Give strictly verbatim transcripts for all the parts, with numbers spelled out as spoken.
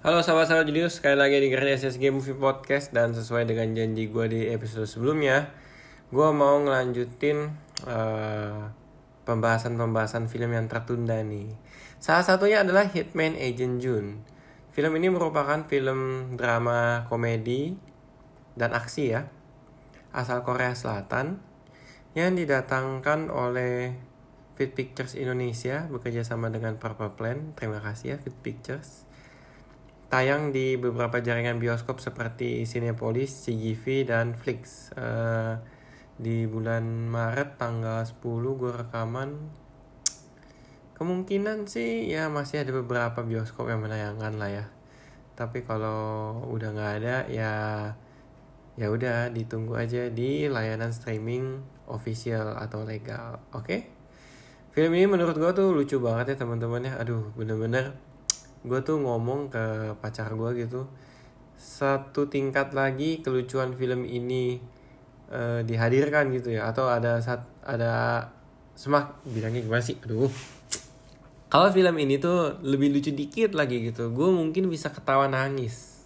Halo sahabat-sahabat Julius, sekali lagi di S S G Movie Podcast. Dan sesuai dengan janji gue di episode sebelumnya, gue mau ngelanjutin uh, pembahasan-pembahasan film yang tertunda nih. Salah satunya adalah Hitman Agent June. Film ini merupakan film drama komedi dan aksi ya, asal Korea Selatan, yang didatangkan oleh Fit Pictures Indonesia bekerja sama dengan Purple Plan. Terima kasih ya Fit Pictures. Tayang di beberapa jaringan bioskop seperti Cinepolis, C G V, dan Flix. Uh, di bulan Maret tanggal sepuluh gue rekaman. Kemungkinan sih ya masih ada beberapa bioskop yang menayangkan lah ya. Tapi kalau udah nggak ada ya ya udah ditunggu aja di layanan streaming official atau legal. Oke? Okay? Film ini menurut gue tuh lucu banget ya teman-teman ya. Aduh, bener-bener gue tuh ngomong ke pacar gue gitu, satu tingkat lagi kelucuan film ini uh, dihadirkan gitu ya, atau ada saat ada semak bilangnya gimana sih, aduh kalau film ini tuh lebih lucu dikit lagi gitu, gue mungkin bisa ketawa nangis.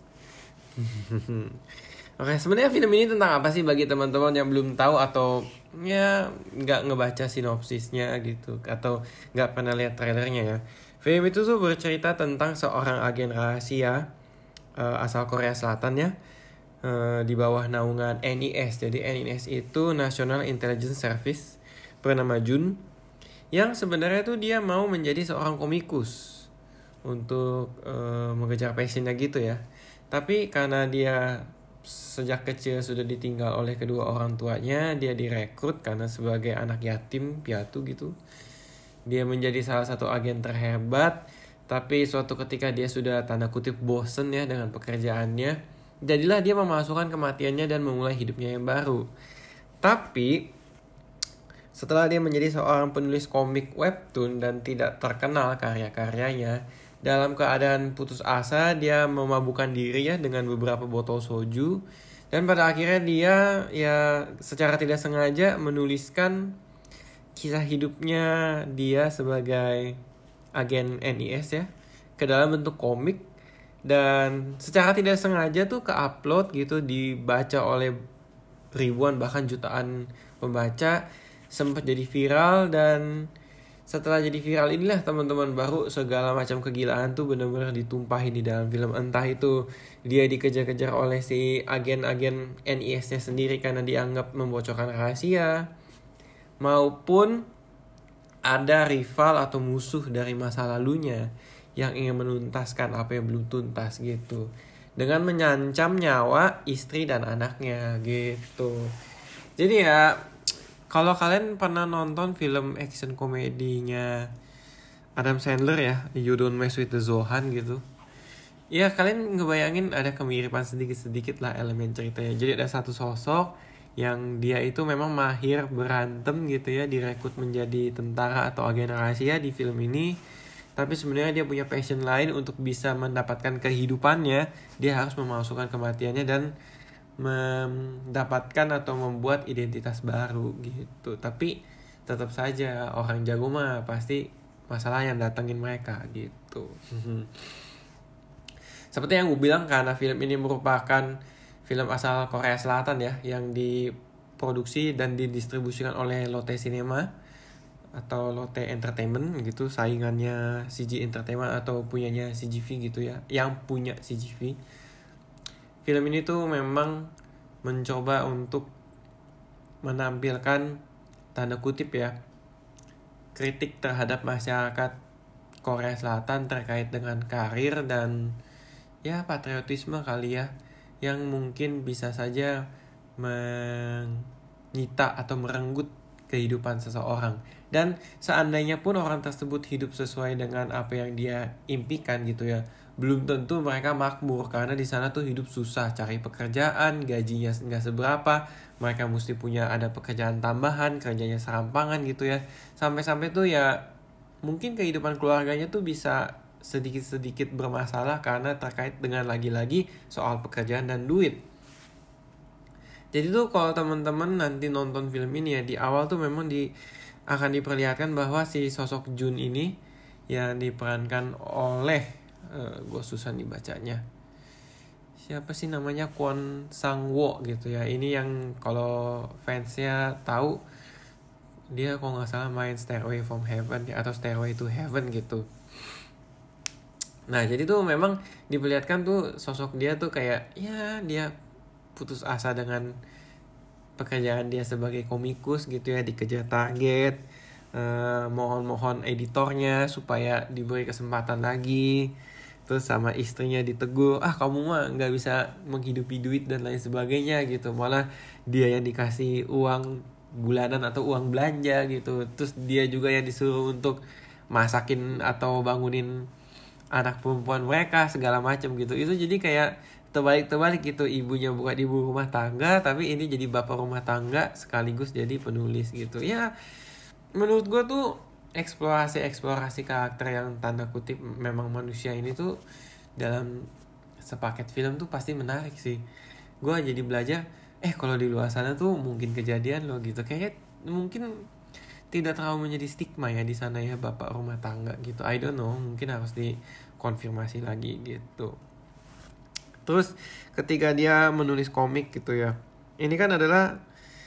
Oke, sebenarnya film ini tentang apa sih bagi teman-teman yang belum tahu atau ya nggak ngebaca sinopsisnya gitu, atau nggak pernah lihat trailernya ya. Film itu tuh bercerita tentang seorang agen rahasia uh, asal Korea Selatan ya, uh, di bawah naungan N I S. Jadi N I S itu National Intelligence Service, bernama Jun, yang sebenarnya tuh dia mau menjadi seorang komikus untuk uh, mengejar passionnya gitu ya. Tapi karena dia sejak kecil sudah ditinggal oleh kedua orang tuanya, dia direkrut karena sebagai anak yatim piatu gitu. Dia menjadi salah satu agen terhebat, tapi suatu ketika dia sudah tanda kutip bosen ya dengan pekerjaannya, jadilah dia memasukkan kematiannya dan memulai hidupnya yang baru. Tapi setelah dia menjadi seorang penulis komik webtoon dan tidak terkenal karya-karyanya, dalam keadaan putus asa dia memabukkan diri ya dengan beberapa botol soju, dan pada akhirnya dia ya secara tidak sengaja menuliskan kisah hidupnya dia sebagai agen N I S ya ke dalam bentuk komik, dan secara tidak sengaja tuh ke-upload gitu, dibaca oleh ribuan bahkan jutaan pembaca, sempat jadi viral. Dan setelah jadi viral inilah teman-teman, baru segala macam kegilaan tuh benar-benar ditumpahin di dalam film. Entah itu dia dikejar-kejar oleh si agen-agen N I S-nya sendiri karena dianggap membocorkan rahasia, maupun ada rival atau musuh dari masa lalunya yang ingin menuntaskan apa yang belum tuntas gitu, dengan mengancam nyawa istri dan anaknya gitu. Jadi ya, kalau kalian pernah nonton film action komedinya Adam Sandler ya, You Don't Mess With The Zohan gitu, ya kalian ngebayangin ada kemiripan sedikit-sedikit lah elemen ceritanya. Jadi ada satu sosok yang dia itu memang mahir berantem gitu ya, direkrut menjadi tentara atau agen rahasia di film ini. Tapi sebenarnya dia punya passion lain untuk bisa mendapatkan kehidupannya. Dia harus memasukkan kematiannya dan mendapatkan atau membuat identitas baru gitu. Tapi tetap saja orang jago mah pasti masalah yang datengin mereka gitu. Seperti yang gue bilang, karena film ini merupakan film asal Korea Selatan ya, yang diproduksi dan didistribusikan oleh Lotte Cinema atau Lotte Entertainment gitu, saingannya C G Entertainment atau punyanya C G V gitu ya, yang punya C G V. Film ini tuh memang mencoba untuk menampilkan tanda kutip ya, kritik terhadap masyarakat Korea Selatan terkait dengan karir dan ya patriotisme kali ya, yang mungkin bisa saja menyita atau merenggut kehidupan seseorang. Dan seandainya pun orang tersebut hidup sesuai dengan apa yang dia impikan gitu ya, belum tentu mereka makmur, karena di sana tuh hidup susah, cari pekerjaan, gajinya nggak seberapa, mereka mesti punya ada pekerjaan tambahan, kerjanya serampangan gitu ya, sampai-sampai tuh ya mungkin kehidupan keluarganya tuh bisa sedikit-sedikit bermasalah karena terkait dengan lagi-lagi soal pekerjaan dan duit. Jadi tuh kalau teman-teman nanti nonton film ini ya, di awal tuh memang di akan diperlihatkan bahwa si sosok Jun ini yang diperankan oleh uh, gue susah nih bacanya. Siapa sih namanya, Kwon Sang-woo gitu ya. Ini yang kalau fansnya tahu, dia kalau nggak salah main Stairway from Heaven atau Stairway to Heaven gitu. Nah jadi tuh memang diperlihatkan tuh sosok dia tuh kayak ya dia putus asa dengan pekerjaan dia sebagai komikus gitu ya, dikejar target, eh, mohon-mohon editornya supaya diberi kesempatan lagi. Terus sama istrinya ditegur, ah kamu mah nggak bisa menghidupi duit dan lain sebagainya gitu, malah dia yang dikasih uang bulanan atau uang belanja gitu. Terus dia juga yang disuruh untuk masakin atau bangunin anak perempuan mereka segala macam gitu. Itu jadi kayak terbalik-terbalik gitu, ibunya bukan ibu rumah tangga tapi ini jadi bapak rumah tangga sekaligus jadi penulis gitu ya. Menurut gue tuh eksplorasi-eksplorasi karakter yang tanda kutip memang manusia ini tuh dalam sepaket film tuh pasti menarik sih. Gue jadi belajar, eh kalau di luar sana tuh mungkin kejadian loh gitu. Kayak mungkin tidak terlalu menjadi stigma ya di sana ya bapak rumah tangga gitu. I don't know, mungkin harus dikonfirmasi lagi gitu. Terus ketika dia menulis komik gitu ya, ini kan adalah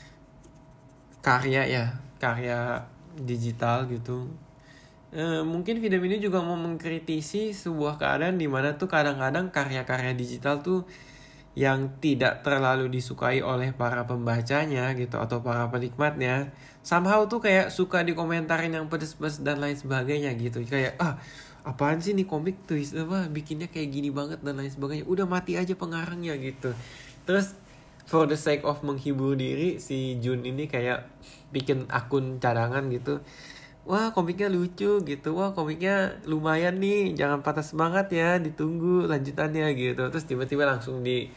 karya ya, karya digital gitu. E, mungkin film ini juga mau mengkritisi sebuah keadaan di mana tuh kadang-kadang karya-karya digital tuh yang tidak terlalu disukai oleh para pembacanya gitu atau para penikmatnya, somehow tuh kayak suka dikomentarin yang pedes-pedes dan lain sebagainya gitu. Kayak ah apaan sih nih komik tuh apa bikinnya kayak gini banget dan lain sebagainya, udah mati aja pengarangnya gitu. Terus for the sake of menghibur diri, si Jun ini kayak bikin akun cadangan gitu. Wah komiknya lucu gitu, wah komiknya lumayan nih, jangan patah semangat ya, ditunggu lanjutannya gitu. Terus tiba-tiba langsung di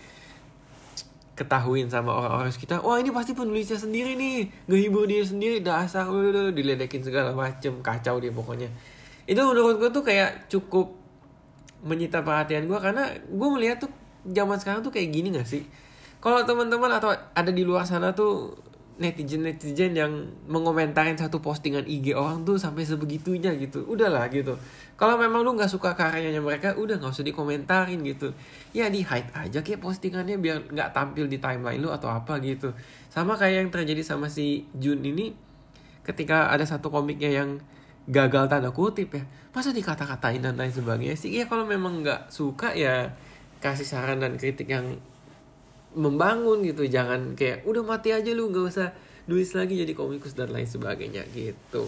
ketahuin sama orang-orang sekitar, wah ini pasti penulisnya sendiri nih, ngehibur dia sendiri, dasar lu, diledekin segala macem, kacau dia pokoknya. Itu menurut gue tuh kayak cukup menyita perhatian gue, karena gue melihat tuh zaman sekarang tuh kayak gini gak sih? Kalau teman-teman atau ada di luar sana tuh netizen-netizen yang mengomentarin satu postingan I G orang tuh sampai sebegitunya gitu, udahlah gitu. Kalau memang lu nggak suka karyanya mereka, udah nggak usah dikomentarin gitu. Ya di hide aja kayak postingannya biar nggak tampil di timeline lu atau apa gitu. Sama kayak yang terjadi sama si Jun ini, ketika ada satu komiknya yang gagal tanda kutip ya, masa dikata-katain dan lain sebagainya sih. Ya kalau memang nggak suka ya kasih saran dan kritik yang membangun gitu, jangan kayak udah mati aja lu, nggak usah nulis lagi jadi komikus dan lain sebagainya gitu.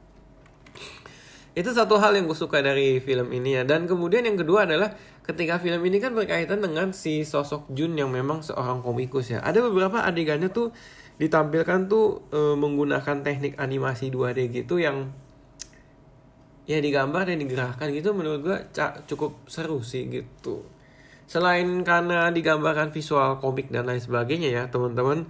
Itu satu hal yang gue suka dari film ini ya. Dan kemudian yang kedua adalah ketika film ini kan berkaitan dengan si sosok Jun yang memang seorang komikus ya. Ada beberapa adegannya tuh ditampilkan tuh e, menggunakan teknik animasi dua D gitu yang ya digambar dan digerakkan gitu. Menurut gue cukup seru sih gitu. Selain karena digambarkan visual komik dan lain sebagainya ya teman-teman,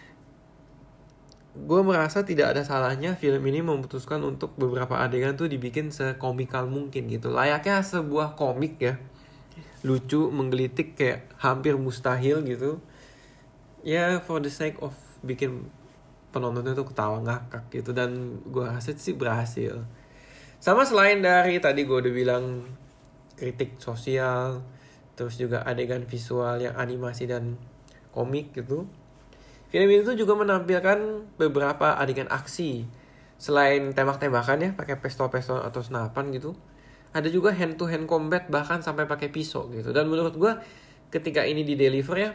gue merasa tidak ada salahnya film ini memutuskan untuk beberapa adegan tuh dibikin sekomikal mungkin gitu. Layaknya sebuah komik ya, lucu, menggelitik, kayak hampir mustahil gitu. Ya for the sake of bikin penontonnya tuh ketawa ngakak gitu. Dan gue rasa sih berhasil. Sama selain dari tadi gue udah bilang kritik sosial, terus juga adegan visual yang animasi dan komik gitu, film itu juga menampilkan beberapa adegan aksi. Selain tembak-tembakan ya, pakai pistol-pistol atau senapan gitu, ada juga hand to hand combat bahkan sampai pakai pisau gitu. Dan menurut gue ketika ini di deliver ya,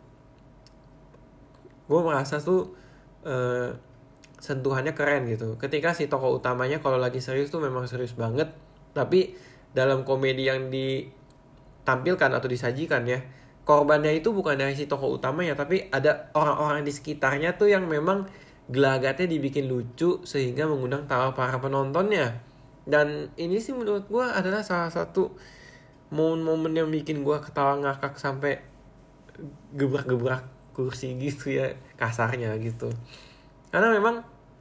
gue merasa tuh uh, sentuhannya keren gitu. Ketika si tokoh utamanya kalau lagi serius tuh memang serius banget, tapi dalam komedi yang ditampilkan atau disajikan ya, korbannya itu bukan dari si tokoh utamanya, tapi ada orang-orang di sekitarnya tuh yang memang gelagatnya dibikin lucu sehingga mengundang tawa para penontonnya. Dan ini sih menurut gue adalah salah satu momen-momen yang bikin gue ketawa ngakak sampai gebrak-gebrak kursi gitu ya, kasarnya gitu. Karena memang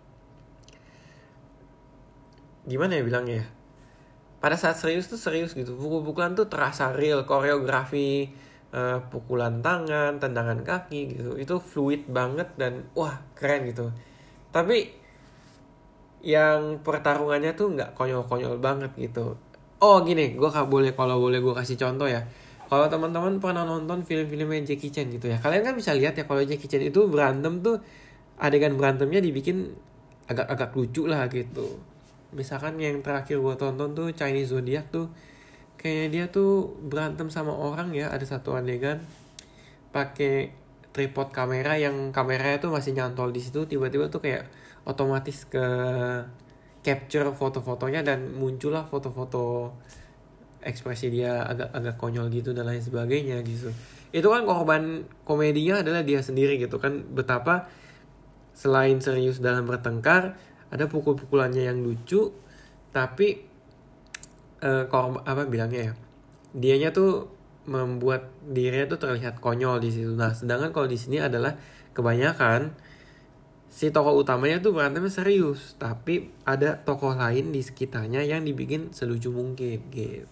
gimana ya bilangnya ya, pada saat serius tuh serius gitu, pukul-pukulan tuh terasa real, koreografi uh, pukulan tangan, tendangan kaki gitu, itu fluid banget dan wah keren gitu. Tapi yang pertarungannya tuh nggak konyol-konyol banget gitu. Oh gini, gue gak boleh, kalau boleh gue kasih contoh ya. Kalau teman-teman pernah nonton film-filmnya Jackie Chan gitu ya, kalian kan bisa lihat ya kalau Jackie Chan itu berantem tuh, adegan berantemnya dibikin agak-agak lucu lah gitu. Misalkan yang terakhir gue tonton tuh Chinese Zodiac tuh, kayaknya dia tuh berantem sama orang ya, ada satu adegan pakai tripod kamera yang kameranya tuh masih nyantol di situ, tiba-tiba tuh kayak otomatis ke capture foto-fotonya dan muncullah foto-foto ekspresi dia agak-agak konyol gitu dan lain sebagainya gitu. Itu kan korban komedinya adalah dia sendiri gitu kan, betapa selain serius dalam bertengkar, ada pukul-pukulannya yang lucu, tapi uh, korban apa bilangnya ya, dianya tuh membuat dirinya tuh terlihat konyol di situ. Nah, sedangkan kalau di sini adalah kebanyakan si tokoh utamanya tuh berantemnya serius, tapi ada tokoh lain di sekitarnya yang dibikin selucu mungkin gitu.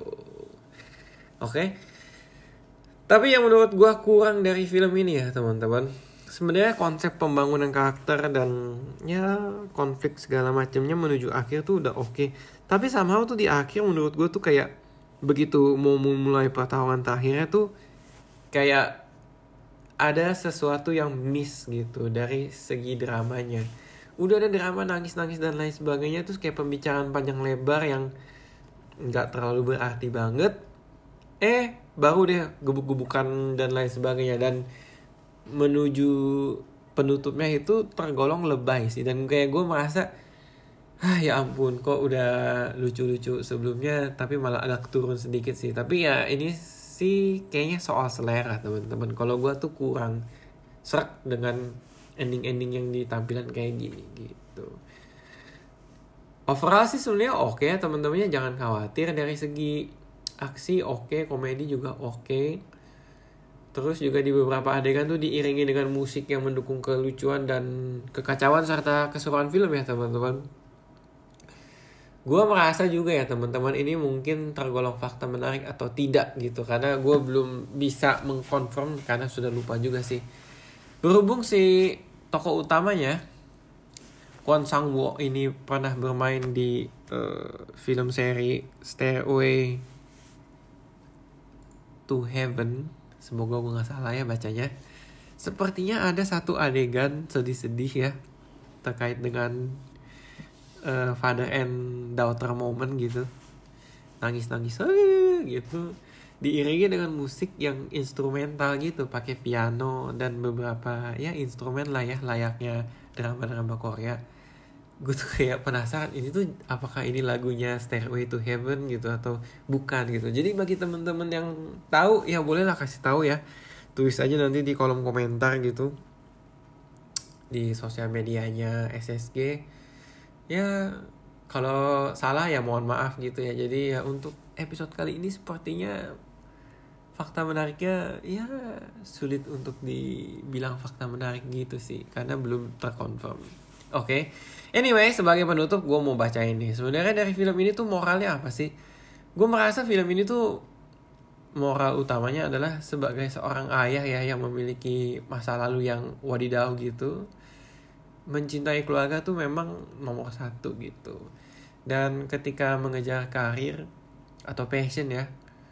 Oke. Okay? Tapi yang menurut gue kurang dari film ini ya teman-teman, sebenarnya konsep pembangunan karakter dan ya konflik segala macamnya menuju akhir tuh udah oke. Okay. Tapi somehow tuh di akhir menurut gue tuh kayak begitu mau mulai pertarungan terakhirnya tuh kayak ada sesuatu yang miss gitu dari segi dramanya. Udah ada drama nangis-nangis dan lain sebagainya, terus kayak pembicaraan panjang lebar yang nggak terlalu berarti banget, eh baru deh gebuk-gebukan dan lain sebagainya, dan menuju penutupnya itu tergolong lebay sih, dan kayak gue merasa ah ya ampun kok udah lucu-lucu sebelumnya tapi malah agak turun sedikit sih. Tapi ya ini sih kayaknya soal selera teman-teman, kalau gue tuh kurang serak dengan ending-ending yang ditampilan kayak gini gitu. Overall sih sebenarnya oke okay, teman-temannya jangan khawatir, dari segi aksi oke, okay, komedi juga oke. Okay. Terus juga di beberapa adegan tuh diiringi dengan musik yang mendukung kelucuan dan kekacauan serta keseruan film ya teman-teman. Gue merasa juga ya teman-teman ini mungkin tergolong fakta menarik atau tidak gitu, karena gue belum bisa mengkonfirm karena sudah lupa juga sih. Berhubung si tokoh utamanya Kwon Sang-woo ini pernah bermain di uh, film seri Stairway to Heaven, semoga gue gak salah ya bacanya. Sepertinya ada satu adegan sedih-sedih ya terkait dengan uh, father and daughter moment gitu, nangis-nangis gitu, diiringi dengan musik yang instrumental gitu, pakai piano dan beberapa ya instrumen lah ya layaknya drama-drama Korea. Gue tuh kayak penasaran ini tuh apakah ini lagunya Stairway to Heaven gitu atau bukan gitu. Jadi bagi teman-teman yang tahu ya bolehlah kasih tahu ya, tulis aja nanti di kolom komentar gitu di sosial medianya S S G ya. Kalau salah ya mohon maaf gitu ya. Jadi ya untuk episode kali ini sepertinya fakta menariknya ya sulit untuk dibilang fakta menarik gitu sih, karena belum terkonfirm. Oke, okay. Anyway, sebagai penutup gue mau baca ini. Sebenarnya dari film ini tuh moralnya apa sih? Gue merasa film ini tuh moral utamanya adalah sebagai seorang ayah ya yang memiliki masa lalu yang wadidaw gitu, mencintai keluarga tuh memang nomor satu gitu. Dan ketika mengejar karir atau passion ya,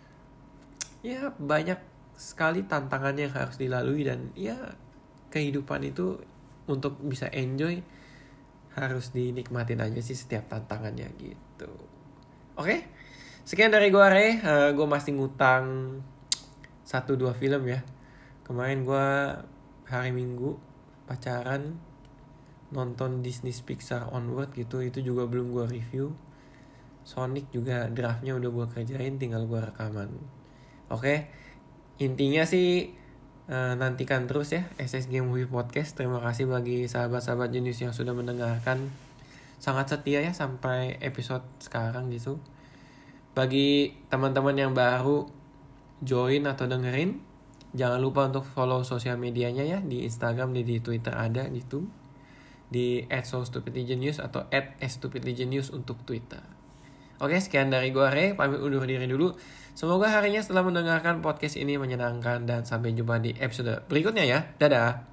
ya banyak sekali tantangan yang harus dilalui, dan ya kehidupan itu untuk bisa enjoy harus dinikmatin aja sih setiap tantangannya gitu. Oke, sekian dari gue Ray. uh, Gue masih ngutang satu dua film ya. Kemarin gue hari Minggu pacaran nonton Disney Pixar Onward gitu, itu juga belum gue review. Sonic juga draftnya udah gue kerjain, tinggal gue rekaman. Oke, intinya sih Uh, nantikan terus ya S S G Movie Podcast. Terima kasih bagi sahabat-sahabat jenius yang sudah mendengarkan, sangat setia ya sampai episode sekarang gitu. Bagi teman-teman yang baru join atau dengerin, jangan lupa untuk follow sosial medianya ya, di Instagram, di, di Twitter ada gitu, di at so stupidly genius atau at stupidly genius untuk Twitter. Oke, sekian dari gue Re, pamit undur diri dulu. Semoga harinya setelah mendengarkan podcast ini menyenangkan, dan sampai jumpa di episode berikutnya ya. Dadah.